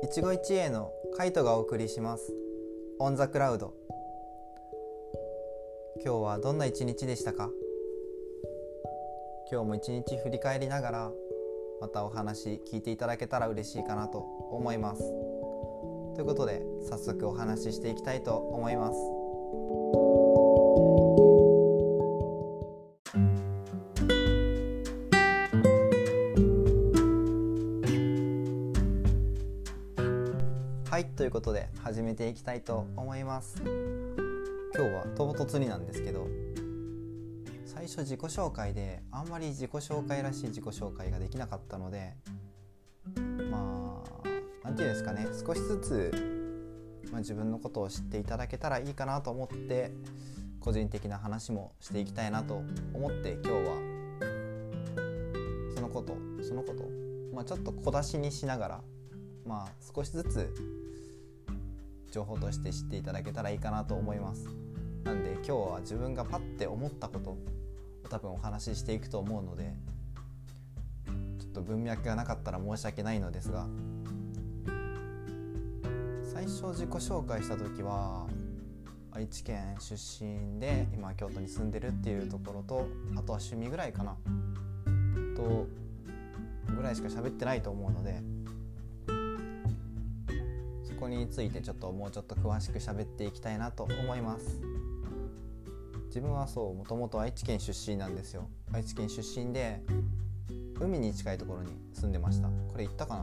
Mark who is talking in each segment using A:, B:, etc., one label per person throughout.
A: 一期一会のカイトがお送りしますオンザクラウド。今日はどんな一日でしたか？今日も一日振り返りながらまたお話聞いていただけたら嬉しいかなと思います。ということで早速お話ししていきたいと思います。はい、ということで始めていきたいと思います。今日は唐突になんですけど、最初自己紹介であんまり自己紹介らしい自己紹介ができなかったので、なんていうんですかね、少しずつ、自分のことを知っていただけたらいいかなと思って個人的な話もしていきたいなと思って今日はそのこと、ちょっと小出しにしながら少しずつ情報として知っていただけたらいいかなと思います。なんで今日は自分がパッて思ったことを多分お話ししていくと思うので、ちょっと文脈がなかったら申し訳ないのですが、最初自己紹介した時は愛知県出身で今京都に住んでるっていうところと、あとは趣味ぐらいかなとぐらいしか喋ってないと思うので、そこについてもうちょっと詳しく喋っていきたいなと思います。自分はもともと愛知県出身なんですよ。愛知県出身で海に近いところに住んでました。これ言ったかな、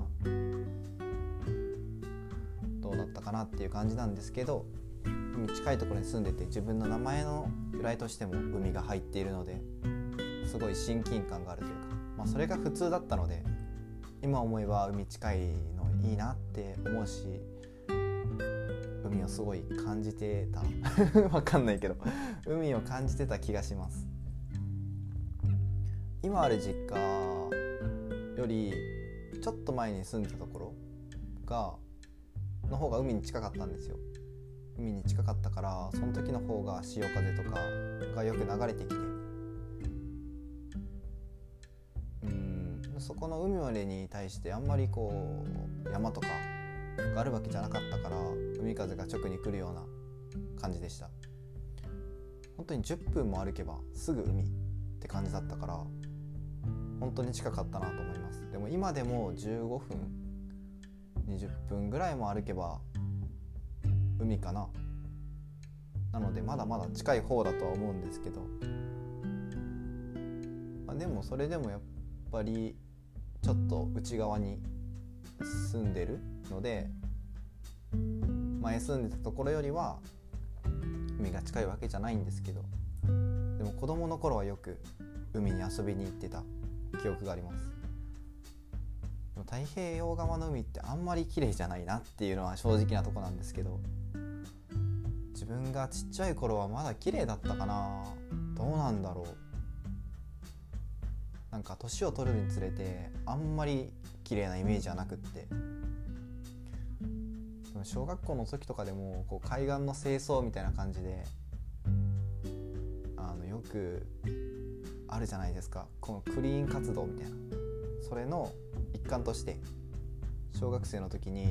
A: どうだったかなっていう感じなんですけど、海近いところに住んでて自分の名前の由来としても海が入っているので、すごい親近感があるというか、それが普通だったので、今思えば海近いのいいなって思うし、海をすごい感じてたわかんないけど海を感じてた気がします。今ある実家よりちょっと前に住んでたところの方が海に近かったんですよ。海に近かったから、その時の方が潮風とかがよく流れてきて、そこの海までに対してあんまり山とかがあるわけじゃなかったから、海風が直に来るような感じでした。本当に10分も歩けばすぐ海って感じだったから、本当に近かったなと思います。でも今でも15分20分ぐらいも歩けば海かな。なのでまだまだ近い方だとは思うんですけど、でもそれでもやっぱりちょっと内側に住んでるので、前住んでたところよりは海が近いわけじゃないんですけど、でも子供の頃はよく海に遊びに行ってた記憶があります。でも太平洋側の海ってあんまり綺麗じゃないなっていうのは正直なとこなんですけど、自分がちっちゃい頃はまだ綺麗だったかな。どうなんだろう。なんか年を取るにつれてあんまり綺麗なイメージはなくって、小学校の時とかでも海岸の清掃みたいな感じでよくあるじゃないですか、このクリーン活動みたいな。それの一環として小学生の時に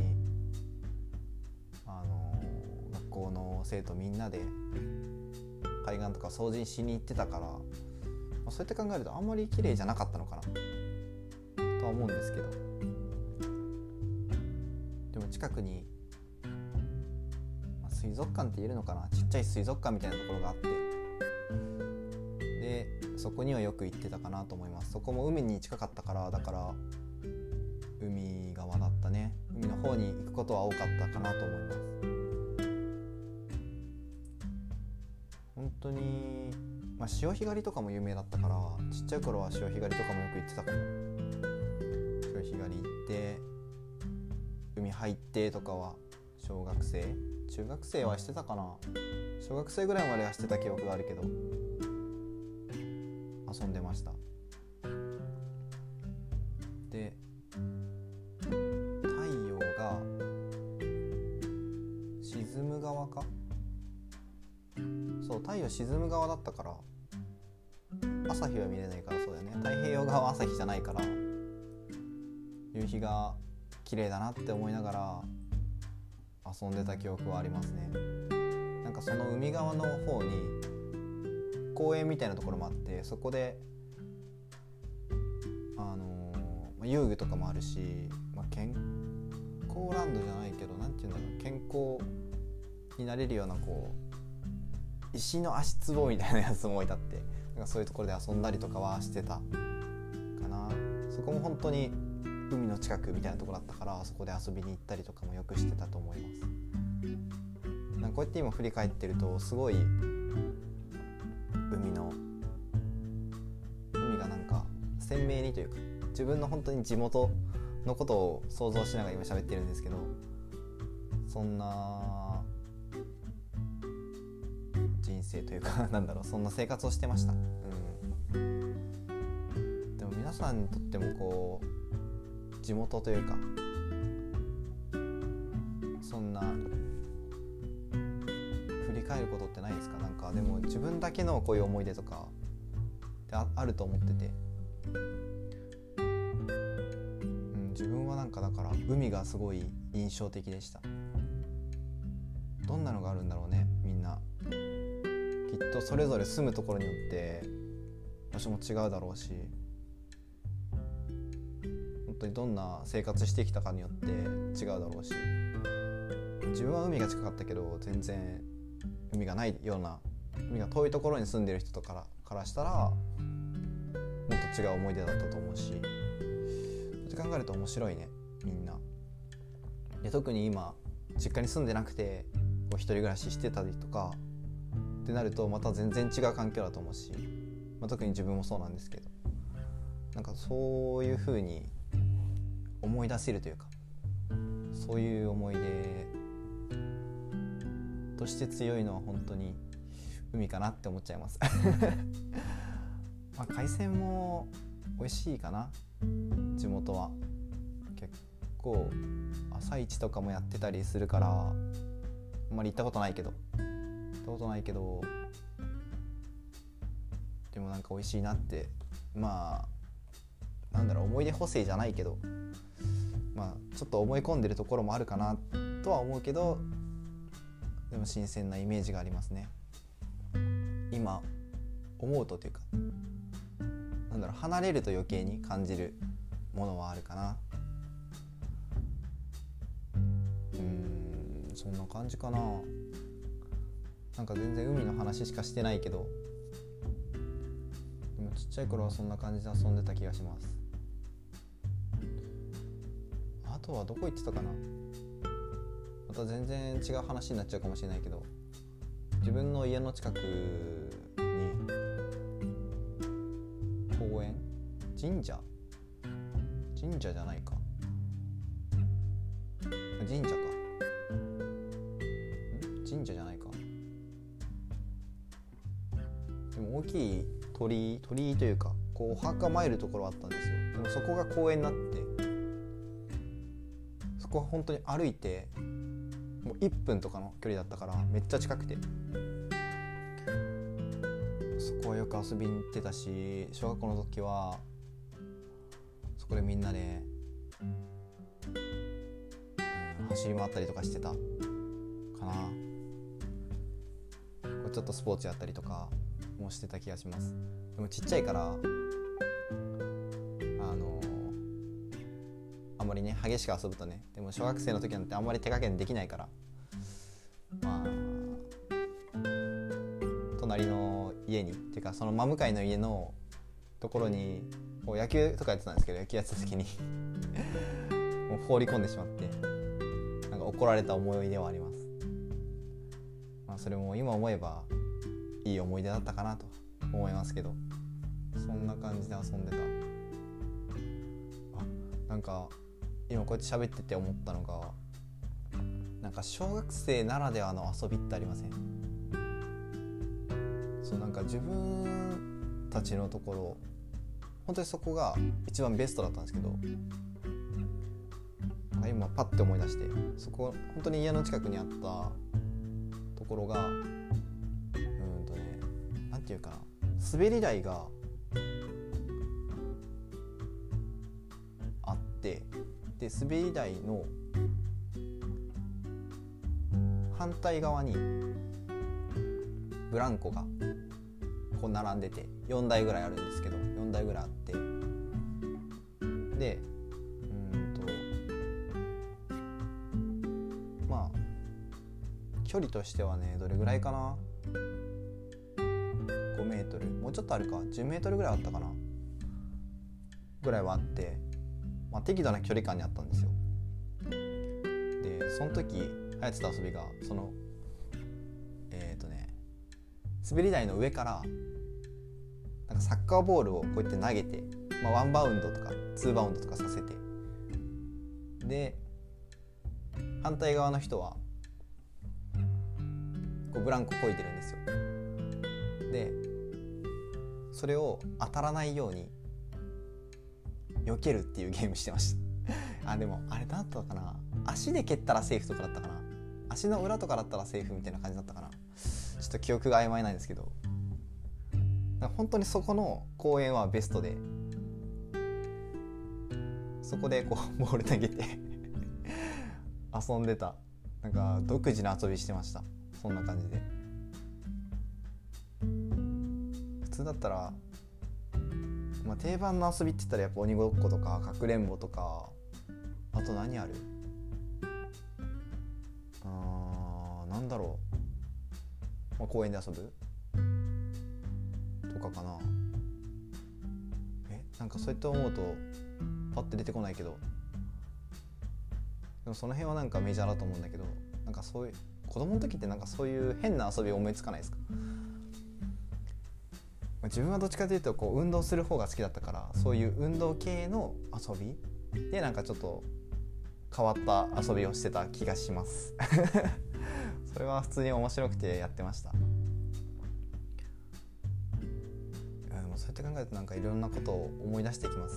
A: 学校の生徒みんなで海岸とか掃除しに行ってたから、そうやって考えるとあんまり綺麗じゃなかったのかなとは思うんですけど、でも近くに水族館って言えるのかな、ちっちゃい水族館みたいなところがあって、でそこにはよく行ってたかなと思います。そこも海に近かったから、だから海側だったね。海の方に行くことは多かったかなと思います。本当に潮干狩りとかも有名だったから、ちっちゃい頃は潮干狩りとかもよく行ってたかも。潮干狩り行って海入ってとかは小学生中学生はしてたかな。小学生ぐらいまではしてた記憶があるけど遊んでました。で太陽が沈む側か、太陽沈む側だったから朝日は見れないから、そうだよね、太平洋側は朝日じゃないから夕日が綺綺麗だなって思いながら遊んでた記憶はありますね。なんかその海側の方に公園みたいなところもあって、そこで遊具とかもあるし、健康ランドじゃないけど、なんていうんだろう、健康になれるようなこう石の足つぼみたいなやつも置いてあって、なんかそういうところで遊んだりとかはしてたかな。そこも本当に海の近くみたいなところだったから、そこで遊びに行ったりとかもよくしてたと思います。なんかこうやって今振り返ってると、すごい海がなんか鮮明にというか、自分の本当に地元のことを想像しながら今喋ってるんですけど、そんな人生というかなんだろう、そんな生活をしてました。でも皆さんにとってもこう地元というか、そんな振り返ることってないですか？なんかでも自分だけのこういう思い出とかってあると思ってて、自分はなんかだから海がすごい印象的でした。どんなのがあるんだろうね、みんなきっとそれぞれ住むところによって場所も違うだろうし、本当にどんな生活してきたかによって違うだろうし、自分は海が近かったけど全然海がないような、海が遠いところに住んでる人とからしたらもっと違う思い出だったと思うし、そう考えると面白いね、みんな。で特に今実家に住んでなくてこう一人暮らししてたりとかってなると、また全然違う環境だと思うし、特に自分もそうなんですけど、なんかそういう風に思い出せるというか、そういう思い出として強いのは本当に海かなって思っちゃいます海鮮も美味しいかな、地元は。結構朝市とかもやってたりするから、あんまり行ったことないけどでもなんか美味しいなって、なんだろう、思い出補正じゃないけど、ちょっと思い込んでるところもあるかなとは思うけど、でも新鮮なイメージがありますね。今思うというか、なんだろう、離れると余計に感じるものはあるかな。そんな感じかな。なんか全然海の話しかしてないけど、でもちっちゃい頃はそんな感じで遊んでた気がします。あとはどこ行ってたかな。また全然違う話になっちゃうかもしれないけど、自分の家の近くに公園、神社じゃないか、神社じゃないか、でも大きい鳥居というか、こうお墓参るところあったんですよ。でもそこが公園になって、そこは本当に歩いてもう1分とかの距離だったから、めっちゃ近くて、そこはよく遊びに行ってたし、小学校の時はそこでみんなで、走り回ったりとかしてたかな。ちょっとスポーツやったりとかもしてた気がします。でもちっちゃいからあんまりね激しく遊ぶとね、でも小学生の時なんてあんまり手加減できないから、隣の家にっていうか、その真向かいの家のところにこう野球とかやってたんですけど、野球やってた時にもう放り込んでしまって、なんか怒られた思い出はあります。それも今思えばいい思い出だったかなと思いますけど、そんな感じで遊んでた。なんか今こうやって喋ってて思ったのが、なんか小学生ならではの遊びってありません？そう、なんか自分たちのところ、本当にそこが一番ベストだったんですけど、今パッて思い出して、そこ本当に家の近くにあったところが、なんていうかな、滑り台があって、でで滑り台の反対側にブランコがこう並んでて4台ぐらいあるんですけど、4台ぐらいあって、でまあ距離としてはね、どれぐらいかな、5メートル、もうちょっとあるか、10メートルぐらいあったかなぐらいはあって、まあ、適度な距離感にあったんですよ。でその時流行ってた遊びがその滑り台の上からなんかサッカーボールをこうやって投げて、まあ、1バウンドとか2バウンドとかさせて、で反対側の人はこうブランコこいでるんですよ。でそれを当たらないように避けるっていうゲームしてましたあ、でもあれだったかな、足で蹴ったらセーフとかだったかな、足の裏とかだったらセーフみたいな感じだったかな、ちょっと記憶が曖昧なんですけど、本当にそこの公園はベストで、そこでこうボール投げて遊んでた、なんか独自の遊びしてました。そんな感じで、普通だったら、まあ、定番の遊びって言ったらやっぱ鬼ごっことかかくれんぼとか、あと何ある、なんだろう、まあ、公園で遊ぶとかかな。なんかそうやって思うとパッて出てこないけど、でもその辺はなんかメジャーだと思うんだけど、なんかそういう子供の時ってなんかそういう変な遊び思いつかないですか？自分はどっちかというとこう運動する方が好きだったから、そういう運動系の遊びでなんかちょっと変わった遊びをしてた気がしますそれは普通に面白くてやってました。でもそうやって考えるとなんかいろんなことを思い出していきます。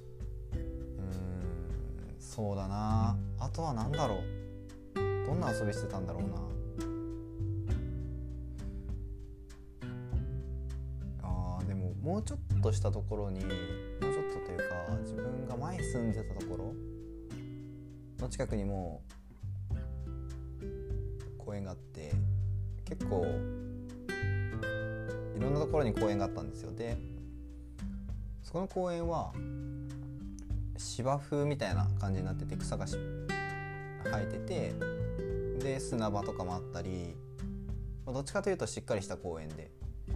A: そうだな、あとはなんだろう、どんな遊びしてたんだろうな。でももうちょっとしたところに、もうちょっとというか自分が前住んでたところの近くにも公園があって、結構いろんなところに公園があったんですよ。でそこの公園は芝生みたいな感じになってて、草が生えてて、で砂場とかもあったり、どっちかというとしっかりした公園で、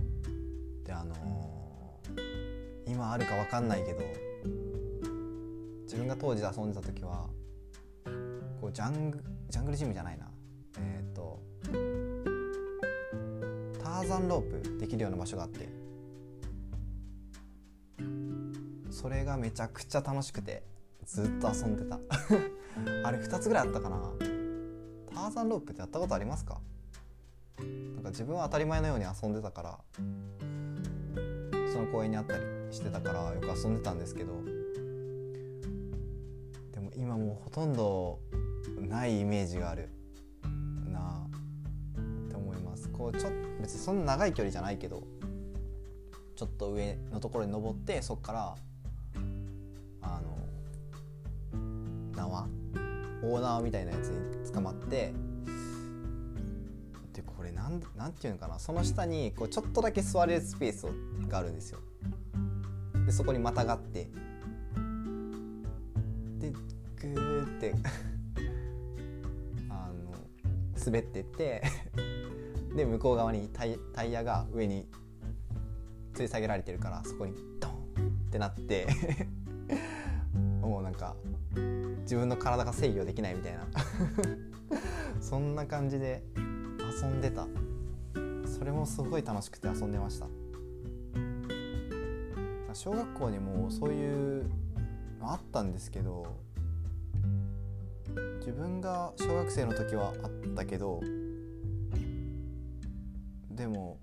A: 今あるか分かんないけど、自分が当時遊んでた時はこうジャングルジムじゃないな、ターザンロープできるような場所があって、それがめちゃくちゃ楽しくてずっと遊んでたあれ2つぐらいあったかな。ターザンロープってやったことありますか？なんか自分は当たり前のように遊んでたから、その公園にあったりしてたからよく遊んでたんですけど、でも今もうほとんどないイメージがあるなって思います。こう別にそんな長い距離じゃないけど、ちょっと上のところに登って、そこから大縄みたいなやつに捕まって、でこれなんていうのかな、その下にこうちょっとだけ座れるスペースがあるんですよ。でそこにまたがってでグーって滑ってってで向こう側にタイヤが上に吊り下げられてるから、そこにドンってなってもうなんか自分の体が制御できないみたいなそんな感じで遊んでた。それもすごい楽しくて遊んでました。小学校にもそういうのあったんですけど、自分が小学生の時はあったけど、でも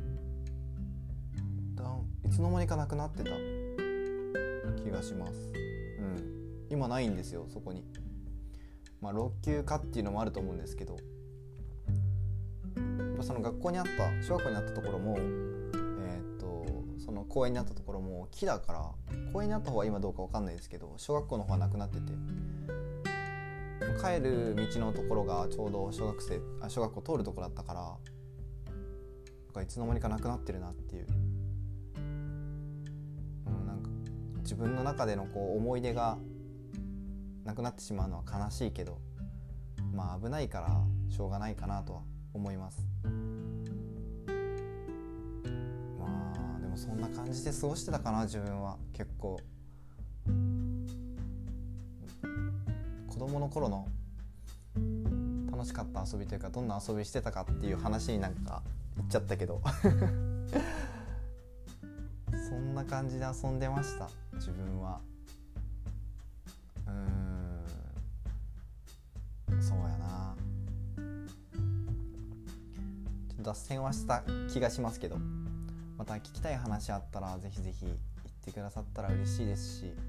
A: いつの間にかなくなってた気がします。今ないんですよ、そこに。まあ老朽化っていうのもあると思うんですけど、その学校にあった小学校にあったところもそその公園にあったところも木だから、公園にあった方は今どうか分かんないですけど、小学校の方はなくなってて、帰る道のところがちょうど小学校通るところだったから、なんかいつの間にかなくなってるなっていう、なんか自分の中でのこう思い出がなくなってしまうのは悲しいけど、まあ危ないからしょうがないかなとは思います。まあでもそんな感じで過ごしてたかな、自分は。結構子供の頃の楽しかった遊びというか、どんな遊びしてたかっていう話になんか言っちゃったけどそんな感じで遊んでました自分は。そうやな、ちょっと脱線はした気がしますけど、また聞きたい話あったらぜひぜひ言ってくださったら嬉しいですし、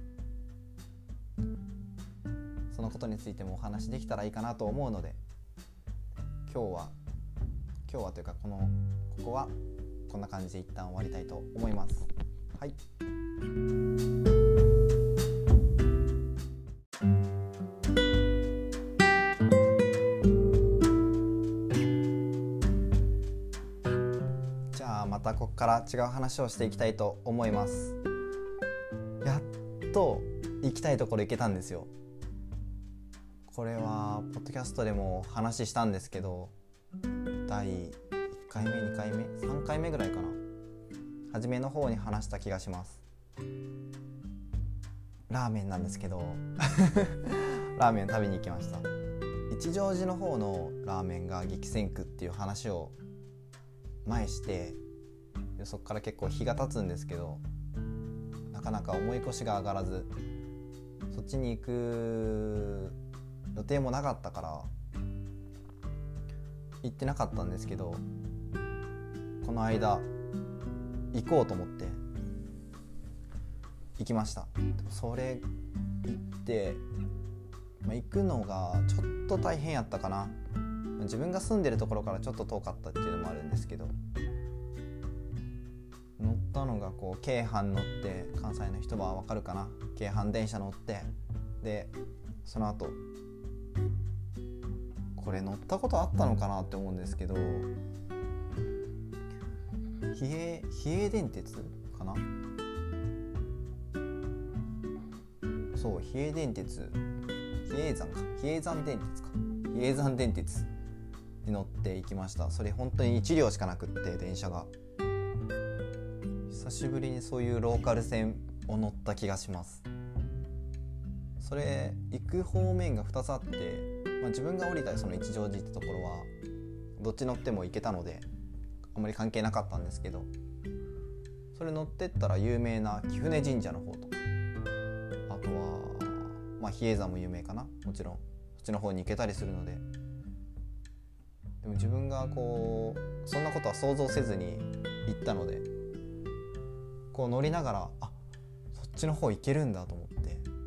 A: そのことについてもお話できたらいいかなと思うので、今日はというかここはこんな感じで一旦終わりたいと思います。はい。じゃあまたここから違う話をしていきたいと思います。やっと行きたいところ行けたんですよ。これはポッドキャストでも話したんですけど、第1回目2回目3回目ぐらいかな、初めの方に話した気がします。ラーメンなんですけどラーメン食べに行きました。一乗寺の方のラーメンが激戦区っていう話を前して、でそこから結構日が経つんですけど、なかなか重い腰が上がらず、そっちに行く予定もなかったから行ってなかったんですけど、この間行こうと思って行きました。それ行って、行くのがちょっと大変やったかな。自分が住んでるところからちょっと遠かったっていうのもあるんですけど、乗ったのがこう京阪乗って、関西の人はわかるかな、京阪電車乗って、でその後これ乗ったことあったのかなって思うんですけど、比叡電鉄かな、そう、比叡電鉄、比叡山電鉄に乗って行きました。それ本当に1両しかなくって、電車が久しぶりにそういうローカル線を乗った気がします。それ行く方面が2つあって、自分が降りたその一乗寺ってところはどっち乗っても行けたのであんまり関係なかったんですけど、それ乗ってったら有名な貴船神社の方とか、あとは比叡山も有名かな、もちろんそっちの方に行けたりするので、でも自分がこうそんなことは想像せずに行ったので、こう乗りながらそっちの方行けるんだと思って、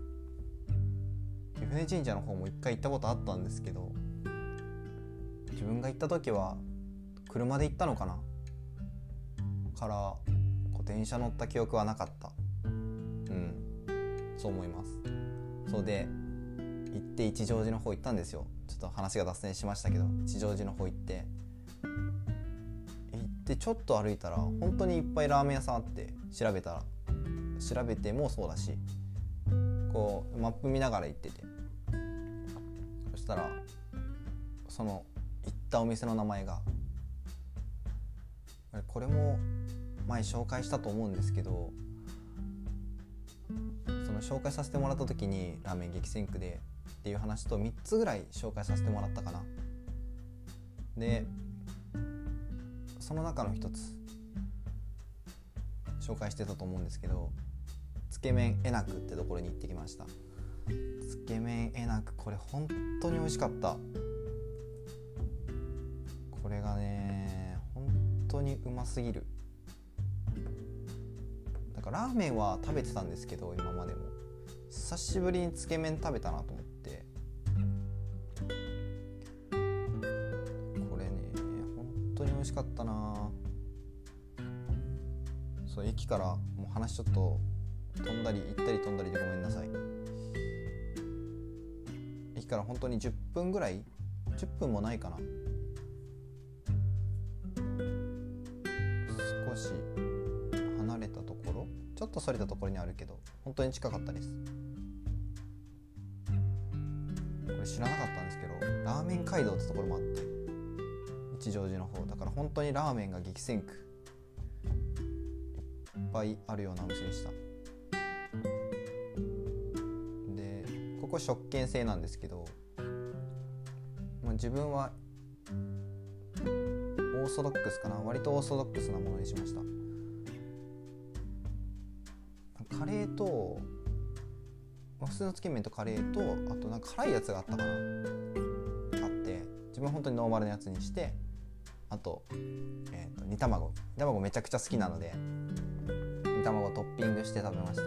A: 貴船神社の方も一回行ったことあったんですけど、自分が行った時は車で行ったのかなからこう電車乗った記憶はなかった。そう思います。そうで行って一乗寺の方行ったんですよ。ちょっと話が脱線しましたけど、一乗寺の方行ってちょっと歩いたら本当にいっぱいラーメン屋さんあって、調べてもそうだし、こうマップ見ながら行ってて、そしたらその行ったお店の名前が、これも前紹介したと思うんですけど、その紹介させてもらった時にラーメン激戦区でっていう話と3つぐらい紹介させてもらったかな。でその中の一つ紹介してたと思うんですけど、つけ麺えなくってところに行ってきました。つけ麺えなく、これ本当に美味しかった。これがね本当にうますぎる。だからラーメンは食べてたんですけど、今までも久しぶりにつけ麺食べたなと思って、これね本当に美味しかったな。 そう駅からもう話ちょっと飛んだり行ったり飛んだりでごめんなさい。駅から本当に10分ぐらい、10分もないかな、少し離れたところ、ちょっとそれたところにあるけど本当に近かったです。これ知らなかったんですけど、ラーメン街道ってところもあって、一乗寺の方だから本当にラーメンが激戦区いっぱいあるようなお店でした。でここ食券制なんですけど、自分はオーソドックスかな、割とオーソドックスなものにしました。カレーと、普通のつけ麺とカレーと、あとなんか辛いやつがあったかな、あって、自分は本当にノーマルなやつにして、あと、煮卵めちゃくちゃ好きなので煮卵トッピングして食べました。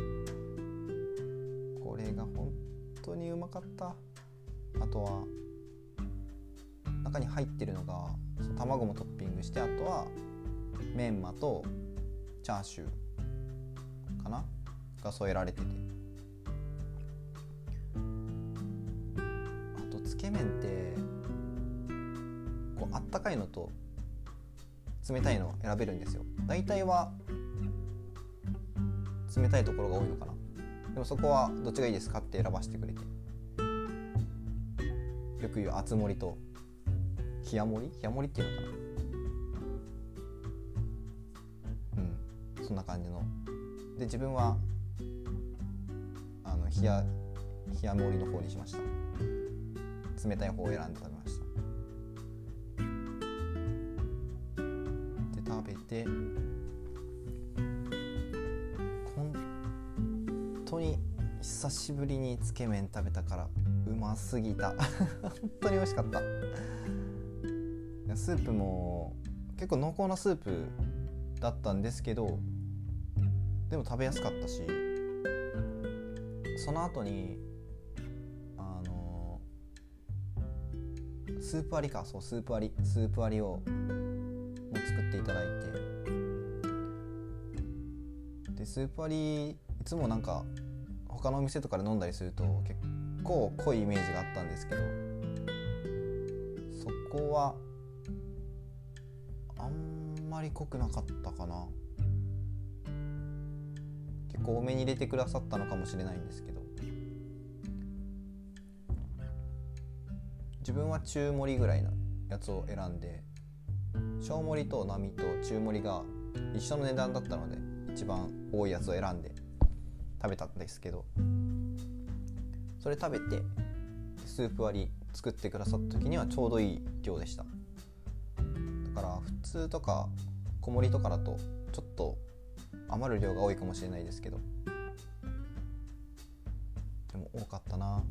A: これが本当にうまかった。あとは中に入ってるのが卵もトッピングして、あとはメンマとチャーシューかなが添えられてて、あとつけ麺ってこうあったかいのと冷たいのを選べるんですよ。大体は冷たいところが多いのかな。でもそこはどっちがいいですかって選ばせてくれて、よく言う熱盛と冷や盛りっていうのかな、そんな感じので、自分は冷や盛りの方にしました。冷たい方を選んで食べました。で食べて本当に久しぶりにつけ麺食べたからうますぎた本当に美味しかった。スープも結構濃厚なスープだったんですけど、でも食べやすかったし、その後にスープ割りか、そうスープ割りをもう作っていただいて、でスープ割りいつもなんか他のお店とかで飲んだりすると結構濃いイメージがあったんですけど、そこはあんまり濃くなかったかな。結構多めに入れてくださったのかもしれないんですけど、自分は中盛りぐらいのやつを選んで、小盛りと並と中盛りが一緒の値段だったので一番多いやつを選んで食べたんですけど、それ食べてスープ割り作ってくださった時にはちょうどいい量でした。だから普通とか小盛りとかだとちょっと余る量が多いかもしれないですけど、でも多かったな。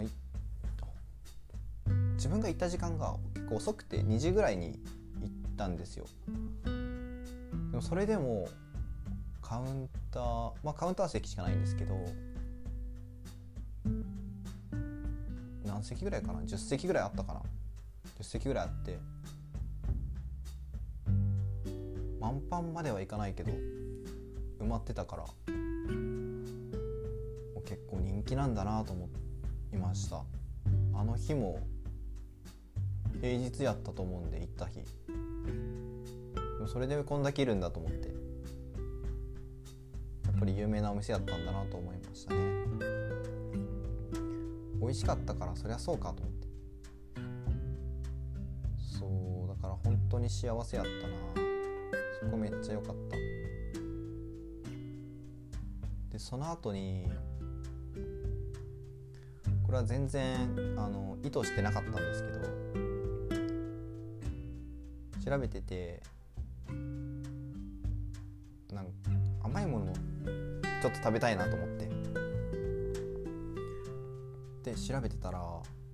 A: 自分が行った時間が結構遅くて2時ぐらいに行ったんですよ。でもそれでもカウンター席しかないんですけど、何席ぐらいかな、10席ぐらいあったかな、10席ぐらいあって、満帆まではいかないけど埋まってたから、結構人気なんだなと思いました。あの日も平日やったと思うんで、行った日でもそれでこんだけいるんだと思って、やっぱり有名なお店やったんだなと思いましたね。美味しかったからそりゃそうかと思って、そうだから本当に幸せやったな。そこめっちゃ良かった。でその後にこれは全然意図してなかったんですけど、調べててなんか甘いものちょっと食べたいなと思って、で調べてたら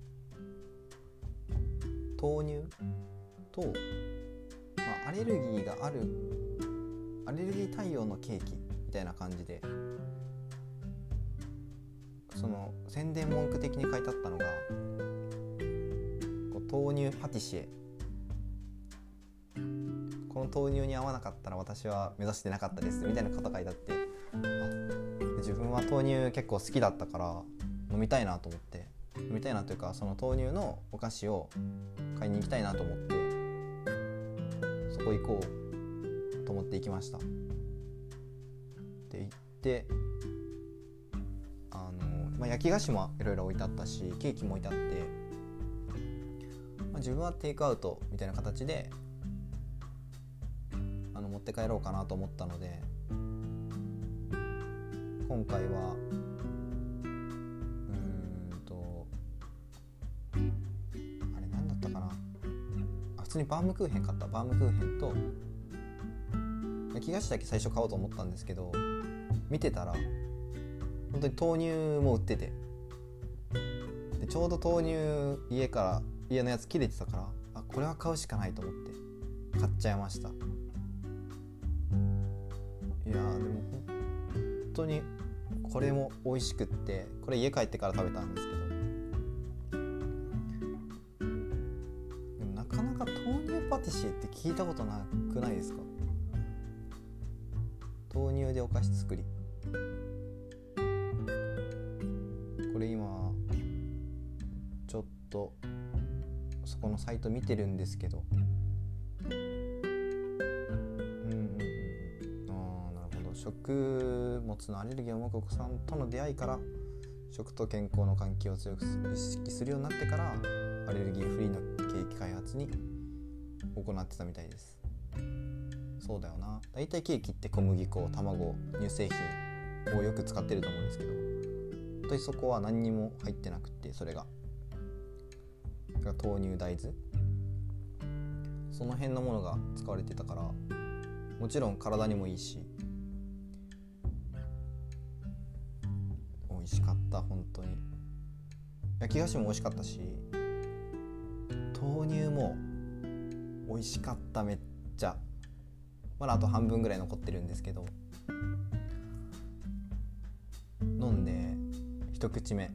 A: 豆乳と、アレルギーがあるアレルギー対応のケーキみたいな感じで、その宣伝文句的に書いてあったのが豆乳パティシエ、 この豆乳に合わなかったら私は目指してなかったですみたいなこと書いてあって、自分は豆乳結構好きだったから飲みたいなと思って、飲みたいなというかその豆乳のお菓子を買いに行きたいなと思って、そこ行こうと思って行きました。で行って焼き菓子もいろいろ置いてあったしケーキも置いてあって、自分はテイクアウトみたいな形で持って帰ろうかなと思ったので、今回はあれ何だったかな、普通にバームクーヘン買った。バームクーヘンと焼き菓子だけ最初買おうと思ったんですけど、見てたら本当に豆乳も売ってて、でちょうど豆乳家のやつ切れてたから、これは買うしかないと思って買っちゃいました。いやでも本当にこれも美味しくって、これ家帰ってから食べたんですけど、でもなかなか豆乳パティシエって聞いたことなくないですか？豆乳でお菓子作り、これ今ちょっとそこのサイト見てるんですけど、なるほど。食物のアレルギーを持つお子さんとの出会いから、食と健康の関係を強く意識するようになってから、アレルギーフリーのケーキ開発に行ってたみたいです。そうだよな、だいたいケーキって小麦粉、卵、乳製品をよく使ってると思うんですけど、本当にそこは何にも入ってなくて、それが豆乳、大豆、その辺のものが使われてたから、もちろん体にもいいし美味しかった。本当に焼き菓子も美味しかったし、豆乳も美味しかった。めっちゃまだあと半分ぐらい残ってるんですけど、飲んで一口目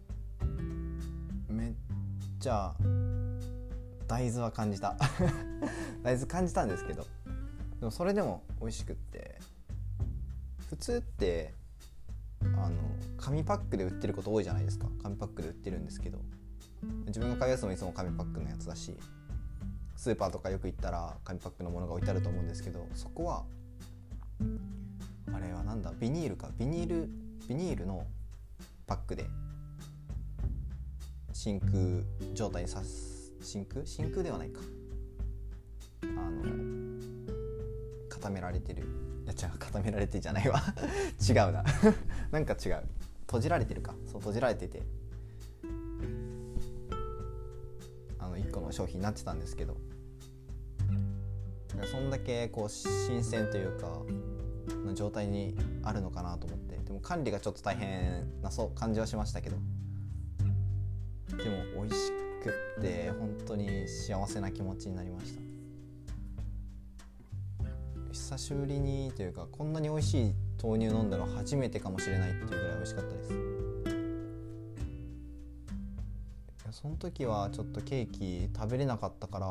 A: めっちゃ大豆は感じた大豆感じたんですけど、でもそれでも美味しくって、普通って紙パックで売ってること多いじゃないですか。紙パックで売ってるんですけど、自分が買うやつもいつも紙パックのやつだし、スーパーとかよく行ったら紙パックのものが置いてあると思うんですけど、そこはあれはなんだ、ビニールのパックで真空状態にさす、真空ではないか、固められてる、固められてじゃないわ違うななんか違う、閉じられてるか、そう閉じられてて1個の商品になってたんですけど、そんだけこう新鮮というかの状態にあるのかなと思って、でも管理がちょっと大変な感じはしましたけど、でも美味しくって本当に幸せな気持ちになりました。久しぶりにというか、こんなに美味しい豆乳飲んだの初めてかもしれないっていうぐらい美味しかったです。その時はちょっとケーキ食べれなかったから、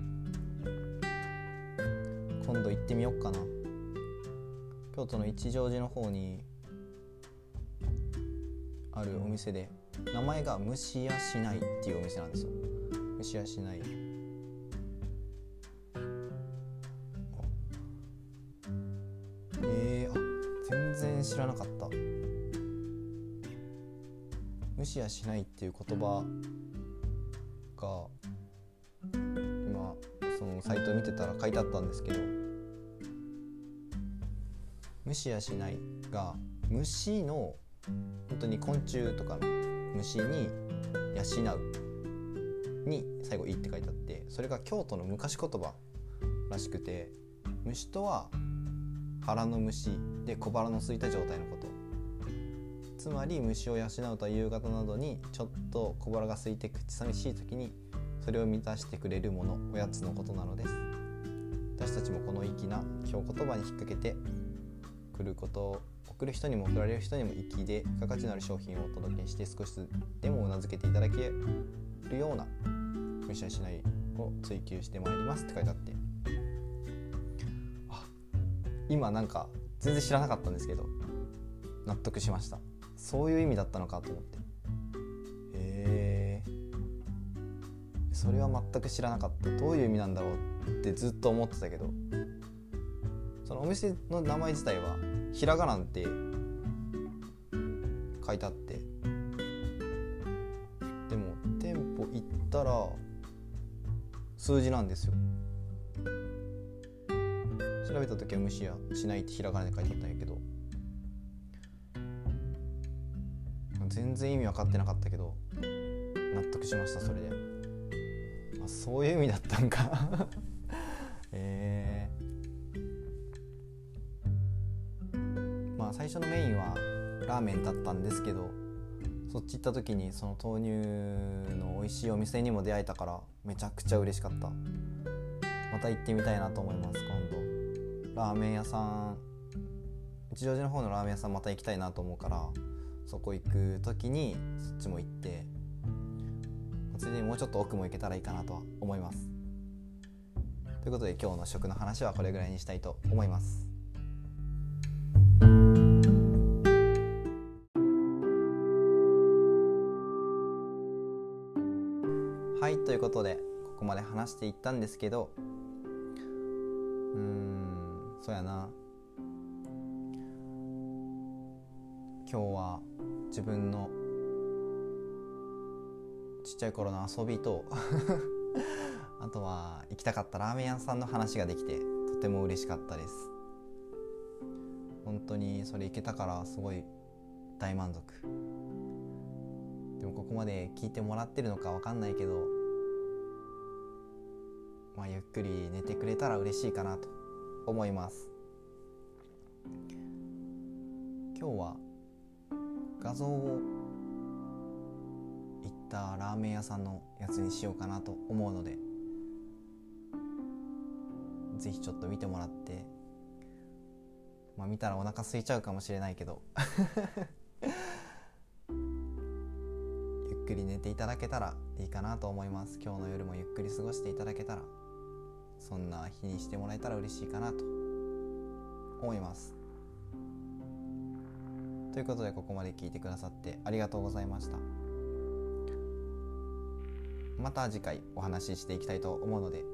A: 今度行ってみようかな。京都の一乗寺の方にあるお店で、名前がむしやしないっていうお店なんですよ。むしやしない、全然知らなかった。むしやしないっていう言葉が今そのサイトを見てたら書いてあったんですけど、むしやしないが虫の本当に昆虫とかの虫に養うに最後いいって書いてあって、それが京都の昔言葉らしくて、虫とは腹の虫で小腹の空いた状態のこと、つまり虫を養うとは夕方などにちょっと小腹が空いて口寂しい時にそれを満たしてくれるもの、おやつのことなのです。私たちもこの粋な京言葉に引っ掛けて来ることを、送る人にも送られる人にも粋で付加価値のある商品をお届けして、少しでもうなずけていただけるようなむしゃしないを追求してまいりますって書いてあって、 今なんか全然知らなかったんですけど納得しました。そういう意味だったのかと思って、それは全く知らなかった。どういう意味なんだろうってずっと思ってたけど、そのお店の名前自体はひらがなって書いてあって、でも店舗行ったら数字なんですよ。調べた時は無視やしないってひらがなで書いてあったんやけど、全然意味分かってなかったけど納得しました。それで、そういう意味だったんかまあ最初のメインはラーメンだったんですけど、そっち行った時にその豆乳の美味しいお店にも出会えたからめちゃくちゃ嬉しかった。また行ってみたいなと思います。今度ラーメン屋さん、一乗寺の方のラーメン屋さんまた行きたいなと思うから、そこ行く時にそっちも行って、ついでにもうちょっと奥も行けたらいいかなとは思います。ということで今日の食の話はこれぐらいにしたいと思います。はい、ということでここまで話していったんですけど、そうやな、今日は自分のちっちゃい頃の遊びとあとは行きたかったラーメン屋さんの話ができてとても嬉しかったです。本当にそれ行けたからすごい大満足。でもここまで聞いてもらってるのかわかんないけど、ゆっくり寝てくれたら嬉しいかなと思います。今日は画像を行ったラーメン屋さんのやつにしようかなと思うので、ぜひちょっと見てもらって、見たらお腹空いちゃうかもしれないけどゆっくり寝ていただけたらいいかなと思います。今日の夜もゆっくり過ごしていただけたら、そんな日にしてもらえたら嬉しいかなと思います。ということでここまで聞いてくださってありがとうございました。また次回お話ししていきたいと思うので、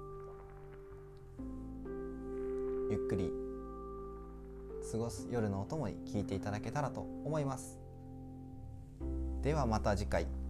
A: ゆっくり過ごす夜のお供に聞いていただけたらと思います。ではまた次回。